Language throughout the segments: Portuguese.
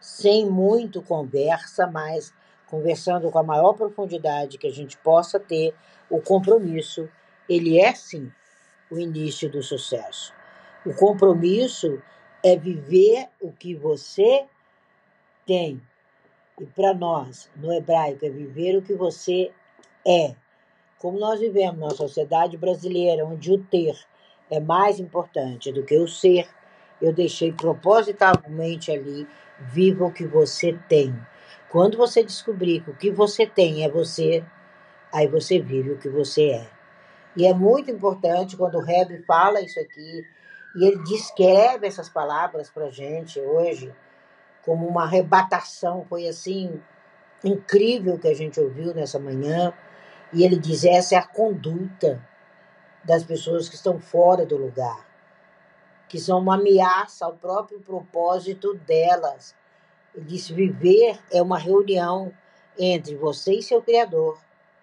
sem muito conversa, mas conversando com a maior profundidade que a gente possa ter, o compromisso, ele é sim o início do sucesso. O compromisso é viver o que você tem. E para nós, no hebraico, é viver o que você é. Como nós vivemos na sociedade brasileira, onde o ter é mais importante do que o ser, eu deixei propositalmente ali, viva o que você tem. Quando você descobrir que o que você tem é você, aí você vive o que você é. E é muito importante quando o Rebbe fala isso aqui, e ele descreve essas palavras para a gente hoje, como uma arrebatação, foi assim, incrível que a gente ouviu nessa manhã, e ele diz, essa é a conduta das pessoas que estão fora do lugar, que são uma ameaça ao próprio propósito delas. Ele diz, viver é uma reunião entre você e seu Criador.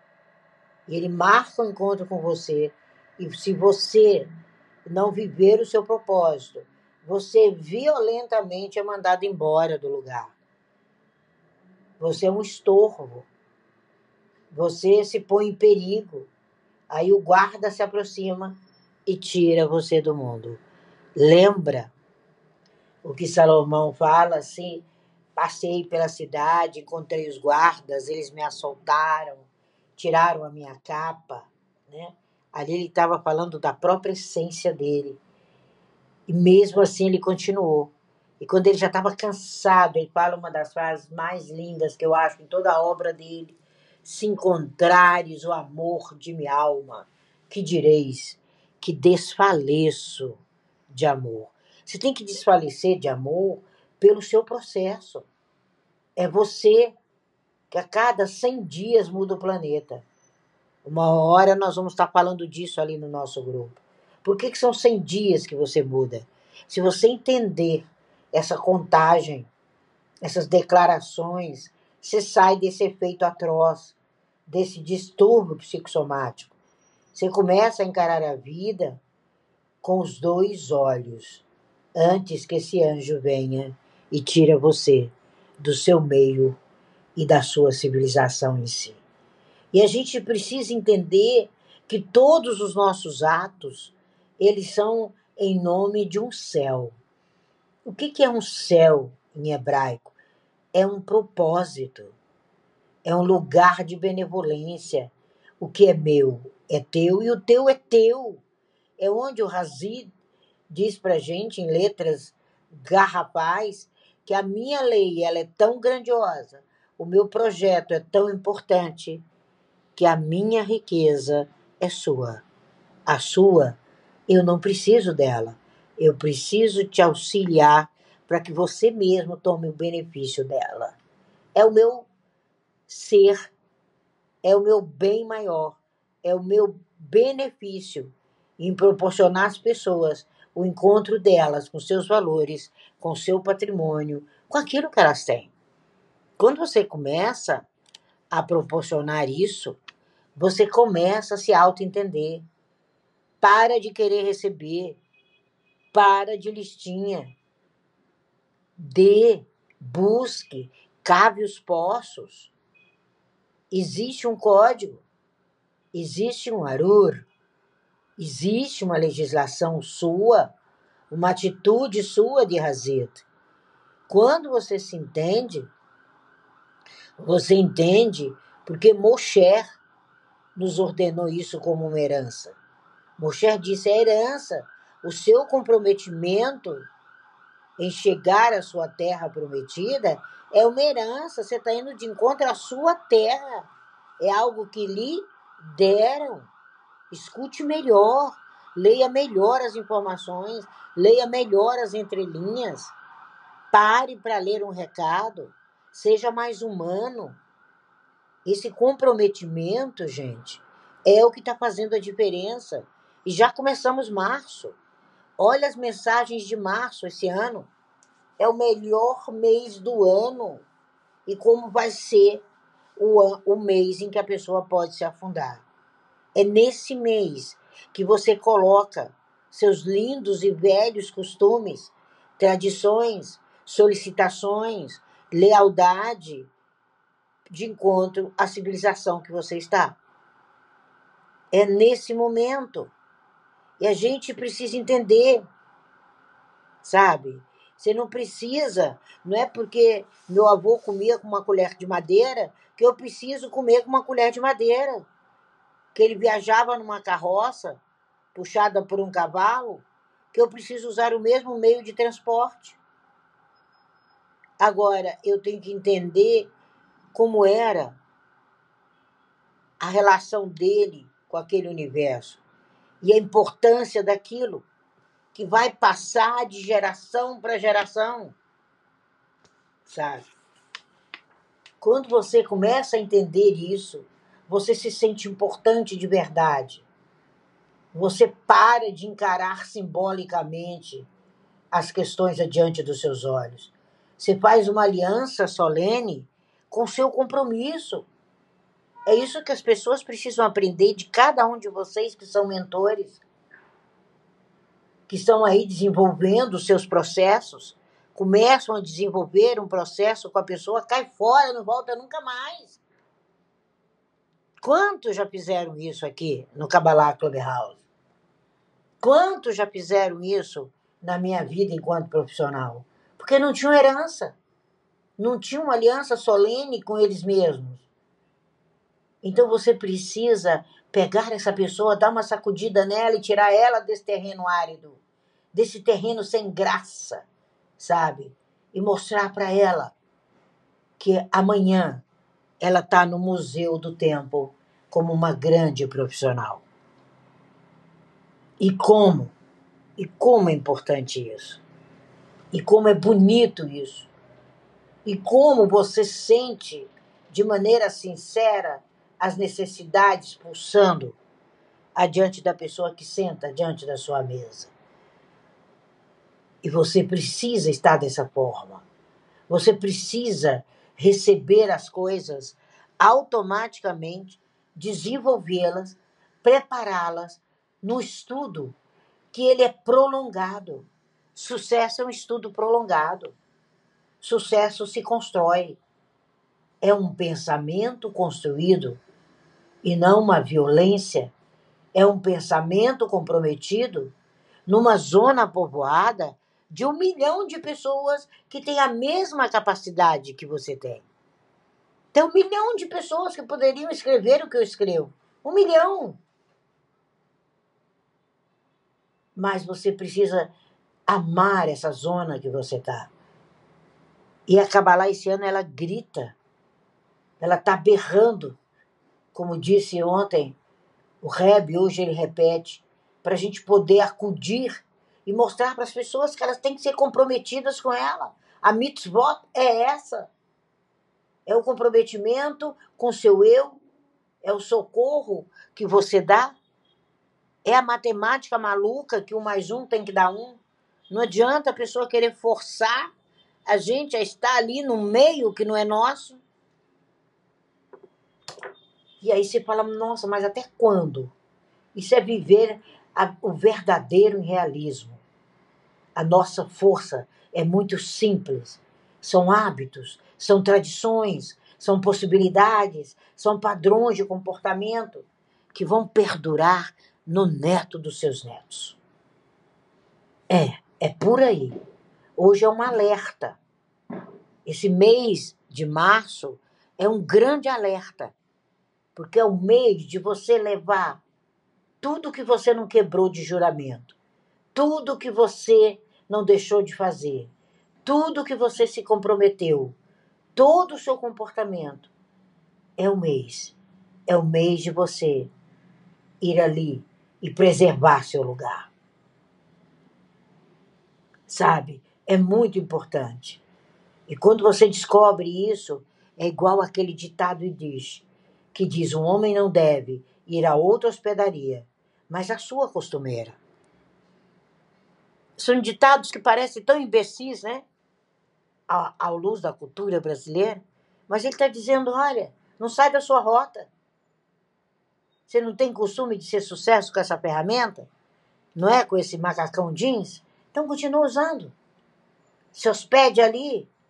E ele marca um encontro com você, e se você não viver o seu propósito, você violentamente é mandado embora do lugar. Você é um estorvo. Você se põe em perigo. Aí o guarda se aproxima e tira você do mundo. Lembra o que Salomão fala assim, passei pela cidade, encontrei os guardas, eles me assaltaram, tiraram a minha capa, né? Ali ele estava falando da própria essência dele. E mesmo assim ele continuou. E quando ele já estava cansado, ele fala uma das frases mais lindas que eu acho em toda a obra dele, se encontrares o amor de minha alma, que direis que desfaleço de amor. Você tem que desfalecer de amor pelo seu processo. É você que a cada 100 dias muda o planeta. Uma hora nós vamos estar falando disso ali no nosso grupo. Por que são 100 dias que você muda? Se você entender essa contagem, essas declarações, você sai desse efeito atroz, desse distúrbio psicossomático. Você começa a encarar a vida com os 2 olhos, antes que esse anjo venha e tire você do seu meio e da sua civilização em si. E a gente precisa entender que todos os nossos atos, eles são em nome de um céu. O que é um céu em hebraico? É um propósito, é um lugar de benevolência. O que é meu é teu e o teu é teu. É onde o Hazid diz pra gente em letras garrafais que a minha lei ela é tão grandiosa, o meu projeto é tão importante, que a minha riqueza é sua. A sua, eu não preciso dela. Eu preciso te auxiliar para que você mesmo tome o benefício dela. É o meu ser, é o meu bem maior, é o meu benefício em proporcionar às pessoas o encontro delas com seus valores, com seu patrimônio, com aquilo que elas têm. Quando você começa a proporcionar isso, você começa a se auto-entender. Para de querer receber. Para de listinha. Dê, busque, cave os poços. Existe um código. Existe um arur. Existe uma legislação sua, uma atitude sua de Hazid. Quando você se entende, você entende porque Moshe nos ordenou isso como uma herança. Moshe disse, é herança, o seu comprometimento em chegar à sua terra prometida é uma herança, você está indo de encontro à sua terra, é algo que lhe deram. Escute melhor, leia melhor as informações, leia melhor as entrelinhas, pare para ler um recado, seja mais humano. Esse comprometimento, gente, é o que está fazendo a diferença. E já começamos março. Olha as mensagens de março esse ano. É o melhor mês do ano. E como vai ser o mês em que a pessoa pode se afundar. É nesse mês que você coloca seus lindos e velhos costumes, tradições, solicitações, lealdade de encontro à civilização que você está. É nesse momento. E a gente precisa entender, sabe? Você não precisa, não é porque meu avô comia com uma colher de madeira que eu preciso comer com uma colher de madeira. Que ele viajava numa carroça puxada por um cavalo, que eu preciso usar o mesmo meio de transporte. Agora, eu tenho que entender como era a relação dele com aquele universo e a importância daquilo que vai passar de geração para geração, sabe? Quando você começa a entender isso, você se sente importante de verdade. Você para de encarar simbolicamente as questões adiante dos seus olhos. Você faz uma aliança solene com seu compromisso. É isso que as pessoas precisam aprender de cada um de vocês que são mentores, que estão aí desenvolvendo os seus processos, começam a desenvolver um processo com a pessoa, cai fora, não volta nunca mais. Quantos já fizeram isso aqui no Kabbalah Clubhouse? Quantos já fizeram isso na minha vida enquanto profissional? Porque não tinham herança, não tinham uma aliança solene com eles mesmos. Então você precisa pegar essa pessoa, dar uma sacudida nela e tirar ela desse terreno árido, desse terreno sem graça, sabe? E mostrar para ela que amanhã ela está no Museu do Tempo como uma grande profissional. E como é importante isso. E como é bonito isso. E como você sente de maneira sincera as necessidades pulsando adiante da pessoa que senta diante da sua mesa. E você precisa estar dessa forma. Você precisa receber as coisas automaticamente, desenvolvê-las, prepará-las no estudo, que ele é prolongado. Sucesso é um estudo prolongado. Sucesso se constrói. É um pensamento construído e não uma violência. É um pensamento comprometido numa zona povoada de 1 milhão de pessoas que têm a mesma capacidade que você tem. Tem 1 milhão de pessoas que poderiam escrever o que eu escrevo. 1 milhão. Mas você precisa amar essa zona que você está. E a Kabbalah esse ano ela grita. Ela está berrando. Como disse ontem o Rebbe, hoje ele repete, para a gente poder acudir e mostrar para as pessoas que elas têm que ser comprometidas com ela. A mitzvot é essa. É o comprometimento com seu eu, é o socorro que você dá, é a matemática maluca que 1 mais 1 tem que dar 1. Não adianta a pessoa querer forçar a gente a estar ali no meio que não é nosso. E aí você fala, nossa, mas até quando? Isso é viver o verdadeiro realismo. A nossa força é muito simples. São hábitos, são tradições, são possibilidades, são padrões de comportamento que vão perdurar no neto dos seus netos. É por aí. Hoje é um alerta. Esse mês de março é um grande alerta, porque é o mês de você levar tudo que você não quebrou de juramento, tudo que você não deixou de fazer, tudo que você se comprometeu, todo o seu comportamento. É o mês. É o mês de você ir ali e preservar seu lugar. Sabe? É muito importante. E quando você descobre isso, é igual aquele ditado que diz: um homem não deve ir a outra hospedaria, mas a sua costumeira. São ditados que parecem tão imbecis, né? À luz da cultura brasileira. Mas ele está dizendo, olha, não sai da sua rota. Você não tem costume de ser sucesso com essa ferramenta? Não é? Com esse macacão jeans? Então continua usando. Se hospede ali.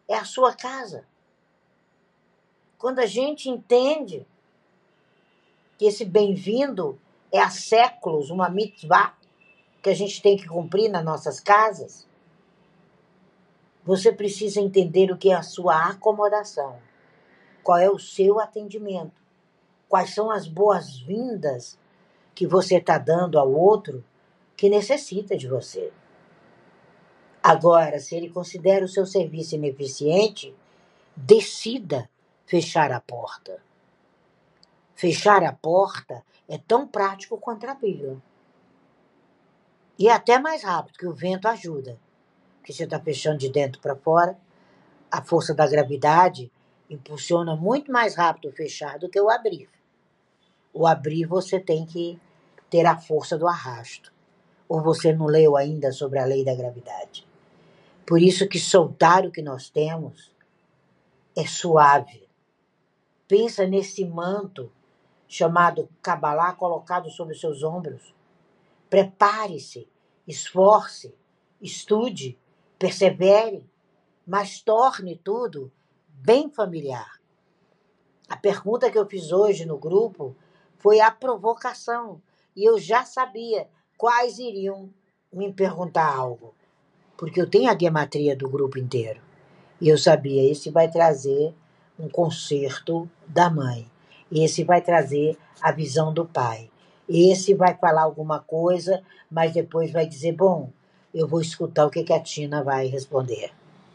é a sua casa. Quando a gente entende que esse bem-vindo é há séculos uma mitzvah que a gente tem que cumprir nas nossas casas, você precisa entender o que é a sua acomodação, qual é o seu atendimento, quais são as boas-vindas que você está dando ao outro que necessita de você. Agora, se ele considera o seu serviço ineficiente, decida fechar a porta. Fechar a porta é tão prático quanto a Bíblia. E é até mais rápido, que o vento ajuda. Porque você está fechando de dentro para fora, a força da gravidade impulsiona muito mais rápido o fechar do que o abrir. O abrir você tem que ter a força do arrasto. Ou você não leu ainda sobre a lei da gravidade. Por isso que soltar o que nós temos é suave. Pensa nesse manto chamado Kabbalah colocado sobre os seus ombros. Prepare-se, esforce, estude, persevere, mas torne tudo bem familiar. A pergunta que eu fiz hoje no grupo foi a provocação, e eu já sabia quais iriam me perguntar algo, porque eu tenho a gematria do grupo inteiro. E eu sabia, esse vai trazer um concerto da mãe, esse vai trazer a visão do pai, esse vai falar alguma coisa, mas depois vai dizer, bom, eu vou escutar o que a Tina vai responder.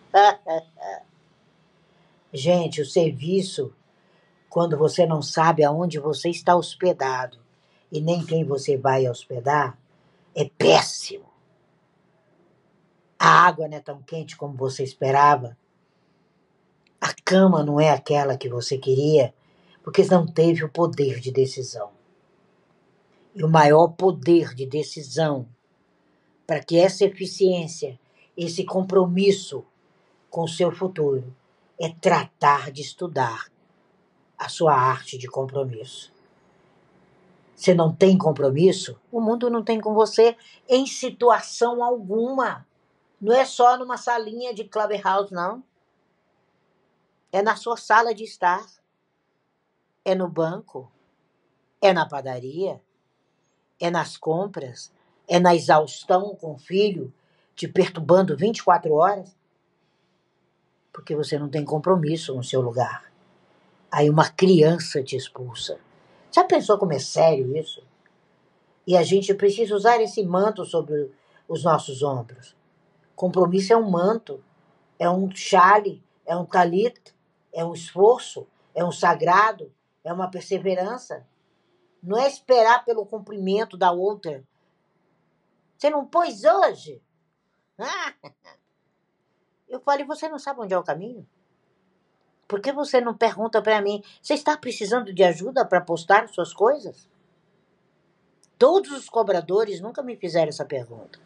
Gente, o serviço, quando você não sabe aonde você está hospedado e nem quem você vai hospedar, é péssimo. A água não é tão quente como você esperava. A cama não é aquela que você queria, porque não teve o poder de decisão. E o maior poder de decisão para que essa eficiência, esse compromisso com o seu futuro, é tratar de estudar a sua arte de compromisso. Você não tem compromisso, o mundo não tem com você em situação alguma. Não é só numa salinha de Clubhouse, não. É na sua sala de estar. É no banco. É na padaria. É nas compras. É na exaustão com o filho, te perturbando 24 horas. Porque você não tem compromisso no seu lugar. Aí uma criança te expulsa. Já pensou como é sério isso? E a gente precisa usar esse manto sobre os nossos ombros. Compromisso é um manto, é um chale, é um talit, é um esforço, é um sagrado, é uma perseverança. Não é esperar pelo cumprimento da outra. Você não pôs hoje? Ah! Eu falei, você não sabe onde é o caminho? Por que você não pergunta para mim, você está precisando de ajuda para postar suas coisas? Todos os cobradores nunca me fizeram essa pergunta.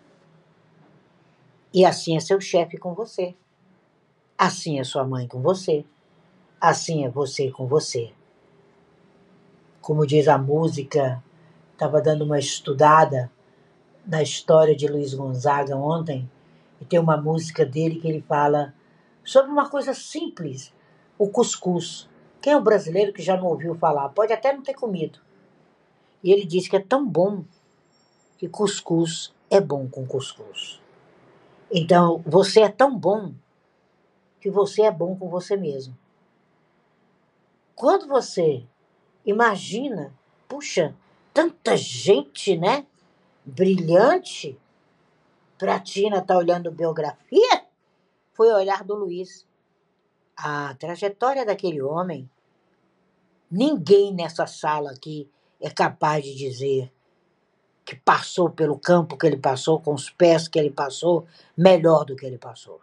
E assim é seu chefe com você. Assim é sua mãe com você. Assim é você com você. Como diz a música, estava dando uma estudada na história de Luiz Gonzaga ontem, e tem uma música dele que ele fala sobre uma coisa simples, o cuscuz. Quem é o brasileiro que já não ouviu falar? Pode até não ter comido. E ele diz que é tão bom que cuscuz é bom com cuscuz. Então, você é tão bom que você é bom com você mesmo. Quando você imagina, puxa, tanta gente, né? Brilhante, para a Tina estar olhando biografia, foi o olhar do Luiz. A trajetória daquele homem, ninguém nessa sala aqui é capaz de dizer que passou pelo campo que ele passou, com os pés que ele passou, melhor do que ele passou.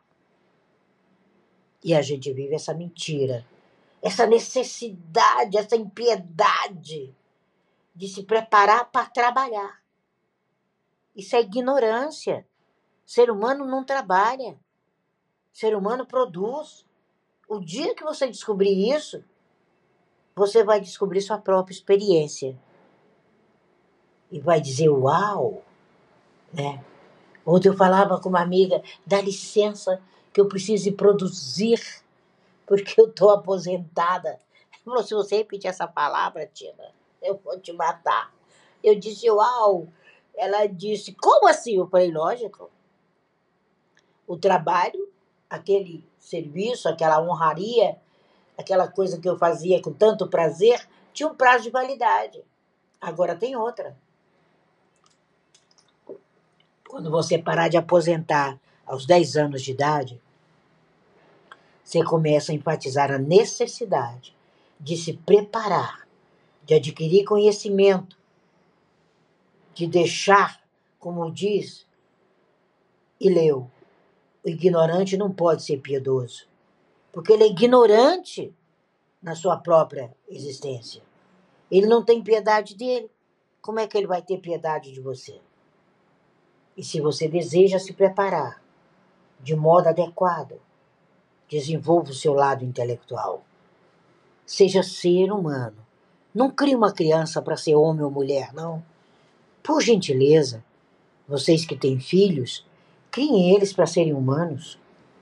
E a gente vive essa mentira, essa necessidade, essa impiedade de se preparar para trabalhar. Isso é ignorância. Ser humano não trabalha. Ser humano produz. O dia que você descobrir isso, você vai descobrir sua própria experiência. E vai dizer, uau, né? Ontem eu falava com uma amiga, dá licença, que eu preciso produzir, porque eu estou aposentada. Ele falou, se você repetir essa palavra, Tina, eu vou te matar. Eu disse, uau. Ela disse, como assim? Eu falei, lógico. O trabalho, aquele serviço, aquela honraria, aquela coisa que eu fazia com tanto prazer, tinha um prazo de validade. Agora tem outra. Quando você parar de aposentar aos 10 anos de idade, você começa a enfatizar a necessidade de se preparar, de adquirir conhecimento, de deixar, como diz Hileu, o ignorante não pode ser piedoso, porque ele é ignorante na sua própria existência. Ele não tem piedade dele. Como é que ele vai ter piedade de você? E se você deseja se preparar de modo adequado, desenvolva o seu lado intelectual. Seja ser humano. Não crie uma criança para ser homem ou mulher, não. Por gentileza, vocês que têm filhos, criem eles para serem humanos.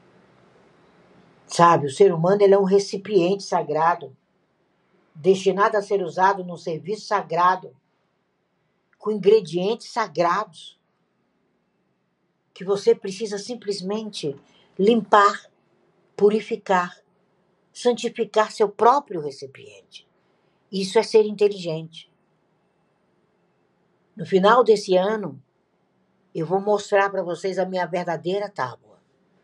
Sabe, o ser humano ele é um recipiente sagrado, destinado a ser usado num serviço sagrado, com ingredientes sagrados, que você precisa simplesmente limpar, purificar, santificar seu próprio recipiente. Isso é ser inteligente. No final desse ano, eu vou mostrar para vocês a minha verdadeira tábua.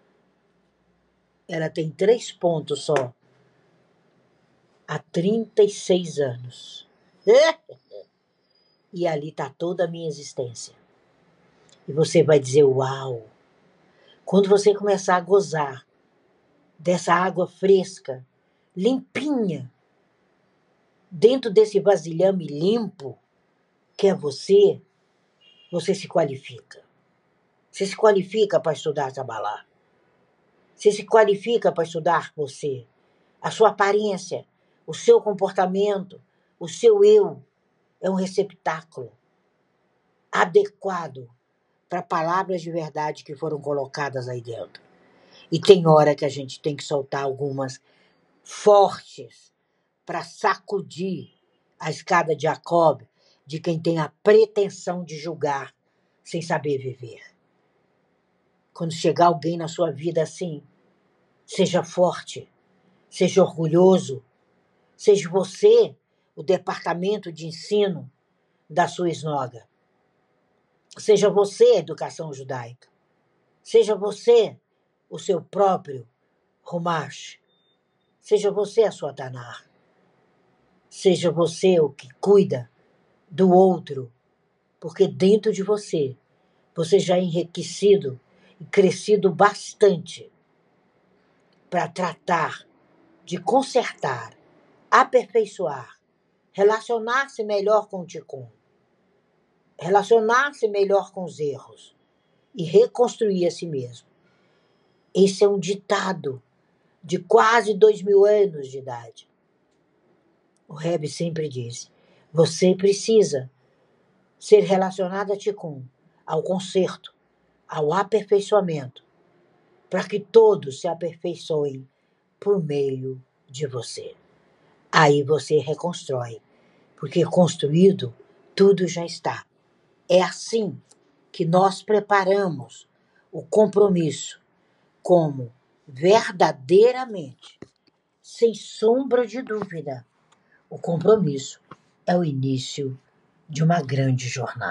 Ela tem 3 pontos só. Há 36 anos. E ali está toda a minha existência. E você vai dizer, uau! Quando você começar a gozar dessa água fresca, limpinha, dentro desse vasilhame limpo, que é você se qualifica. Você se qualifica para estudar Kabbalah. Você se qualifica para estudar você. A sua aparência, o seu comportamento, o seu eu é um receptáculo adequado para palavras de verdade que foram colocadas aí dentro. E tem hora que a gente tem que soltar algumas fortes para sacudir a escada de Jacob de quem tem a pretensão de julgar sem saber viver. Quando chegar alguém na sua vida assim, seja forte, seja orgulhoso, seja você o departamento de ensino da sua esnoga. Seja você a educação judaica. Seja você o seu próprio Rumash. Seja você a sua Tanar. Seja você o que cuida do outro, porque dentro de você já é enriquecido e crescido bastante para tratar de consertar, aperfeiçoar, relacionar-se melhor com o Tikkun, relacionar-se melhor com os erros e reconstruir a si mesmo. Esse é um ditado de quase 2000 anos de idade. O Rebbe sempre disse, você precisa ser relacionado a Tikkun, ao conserto, ao aperfeiçoamento, para que todos se aperfeiçoem por meio de você. Aí você reconstrói, porque construído tudo já está. É assim que nós preparamos o compromisso como verdadeiramente, sem sombra de dúvida, o compromisso é o início de uma grande jornada.